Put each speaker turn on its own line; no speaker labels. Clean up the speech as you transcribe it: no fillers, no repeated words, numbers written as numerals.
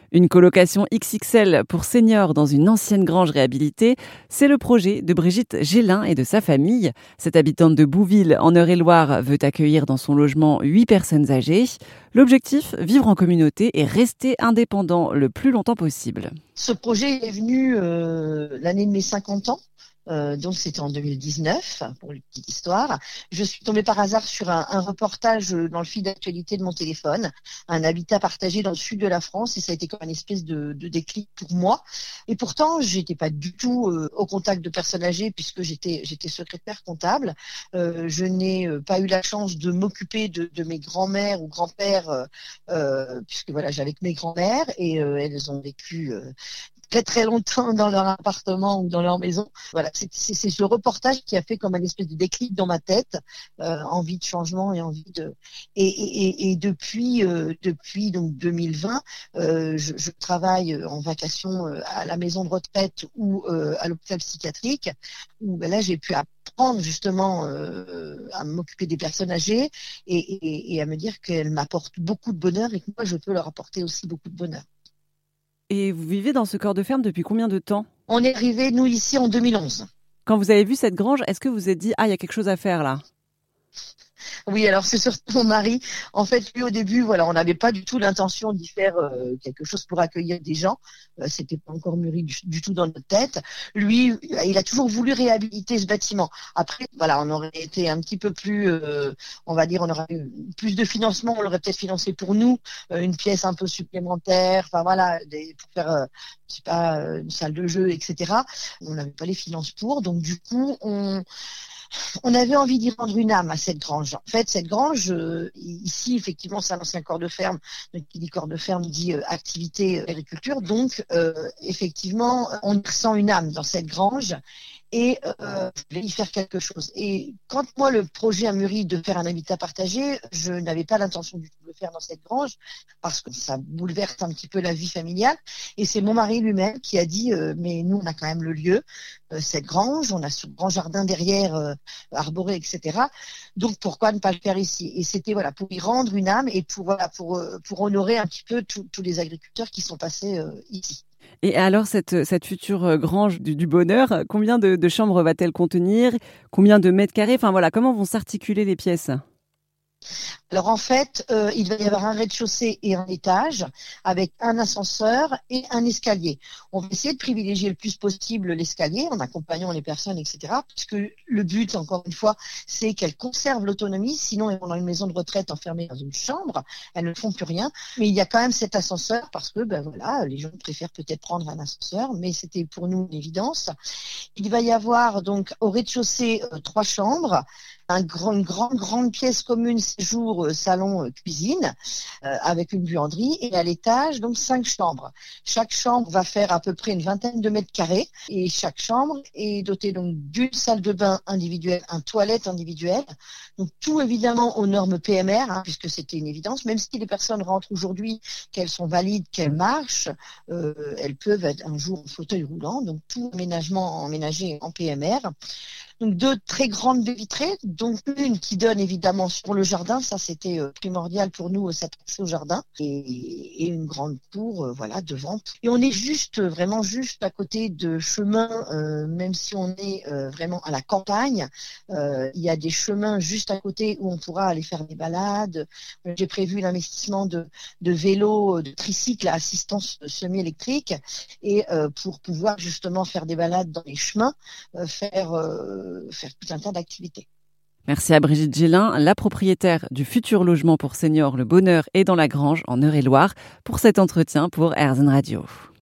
Une colocation XXL pour seniors dans une ancienne grange réhabilitée, c'est le projet de Brigitte Gélin et de sa famille. Cette habitante de Bouville, en Eure-et-Loire, veut accueillir dans son logement 8 personnes âgées. L'objectif, vivre en communauté et rester indépendant le plus longtemps possible.
Ce projet est venu l'année de mes 50 ans. Donc c'était en 2019, pour une petite histoire. Je suis tombée par hasard sur un reportage dans le fil d'actualité de mon téléphone, un habitat partagé dans le sud de la France, et ça a été comme une espèce de déclic pour moi. Et pourtant, j'étais pas du tout au contact de personnes âgées puisque j'étais secrétaire comptable. Je n'ai pas eu la chance de m'occuper de mes grands-mères ou grands-pères puisque voilà, j'avais que mes grands-mères et elles ont vécu très très longtemps dans leur appartement ou dans leur maison. Voilà, c'est ce reportage qui a fait comme un espèce de déclic dans ma tête, envie de changement et envie de et depuis donc 2020, je travaille en vacation à la maison de retraite ou à l'hôpital psychiatrique où là j'ai pu apprendre justement à m'occuper des personnes âgées et à me dire qu'elles m'apportent beaucoup de bonheur et que moi je peux leur apporter aussi beaucoup de bonheur.
Et vous vivez dans ce corps de ferme depuis combien de temps ?
On est arrivé, nous, ici, en 2011.
Quand vous avez vu cette grange, est-ce que vous vous êtes dit « Ah, il y a quelque chose à faire là ?»
Oui, alors c'est surtout mon mari. En fait, lui, au début, voilà, on n'avait pas du tout l'intention d'y faire quelque chose pour accueillir des gens. C'était pas encore mûri du tout dans notre tête. Lui, il a toujours voulu réhabiliter ce bâtiment. Après, voilà, on aurait été un petit peu plus, on va dire, on aurait eu plus de financement. On l'aurait peut-être financé pour nous, une pièce un peu supplémentaire. Enfin voilà, pour faire, je sais pas, une salle de jeu, etc. On n'avait pas les finances pour. Donc du coup, on avait envie d'y rendre une âme à cette grange. En fait, cette grange, ici, effectivement, c'est un ancien corps de ferme. Donc, qui dit corps de ferme dit activité agriculture. Donc, effectivement, on y ressent une âme dans cette grange et je voulais y faire quelque chose. Et quand moi, le projet a mûri de faire un habitat partagé, je n'avais pas l'intention du tout de le faire dans cette grange parce que ça bouleverse un petit peu la vie familiale. Et c'est mon mari lui-même qui a dit mais nous, on a quand même le lieu, cette grange, on a ce grand jardin derrière arboré, etc. Donc pourquoi ne pas le faire ici? Et c'était voilà pour y rendre une âme et pour honorer un petit peu tous les agriculteurs qui sont passés ici.
Et alors, cette future grange du bonheur, combien de chambres va-t-elle contenir ? Combien de mètres carrés ? Enfin voilà, comment vont s'articuler les pièces ?
Alors en fait, il va y avoir un rez-de-chaussée et un étage avec un ascenseur et un escalier. On va essayer de privilégier le plus possible l'escalier en accompagnant les personnes, etc. Puisque le but, encore une fois, c'est qu'elles conservent l'autonomie. Sinon, elles vont dans une maison de retraite enfermées dans une chambre. Elles ne font plus rien. Mais il y a quand même cet ascenseur parce que, ben voilà, les gens préfèrent peut-être prendre un ascenseur, mais c'était pour nous une évidence. Il va y avoir donc au rez-de-chaussée 3 chambres. Une grande pièce commune séjour salon cuisine avec une buanderie et à l'étage donc 5 chambres. Chaque chambre va faire à peu près une vingtaine de mètres carrés et chaque chambre est dotée donc d'une salle de bain individuelle, un toilette individuelle. Donc tout évidemment aux normes PMR puisque c'était une évidence. Même si les personnes rentrent aujourd'hui, qu'elles sont valides, qu'elles marchent, elles peuvent être un jour en fauteuil roulant. Donc tout aménagement emménagé en PMR. Donc 2 très grandes baies vitrées, donc une qui donne évidemment sur le jardin, ça c'était primordial pour nous cet accès au jardin et une grande cour voilà devant. Et on est vraiment juste à côté de chemins, même si on est vraiment à la campagne, il y a des chemins juste à côté où on pourra aller faire des balades. J'ai prévu l'investissement de vélos, de tricycles à assistance semi-électrique et pour pouvoir justement faire des balades dans les chemins, faire tout un tas d'activités.
Merci à Brigitte Gélin, la propriétaire du futur logement pour seniors Le Bonheur et dans la Grange en Eure-et-Loire, pour cet entretien pour RZN Radio.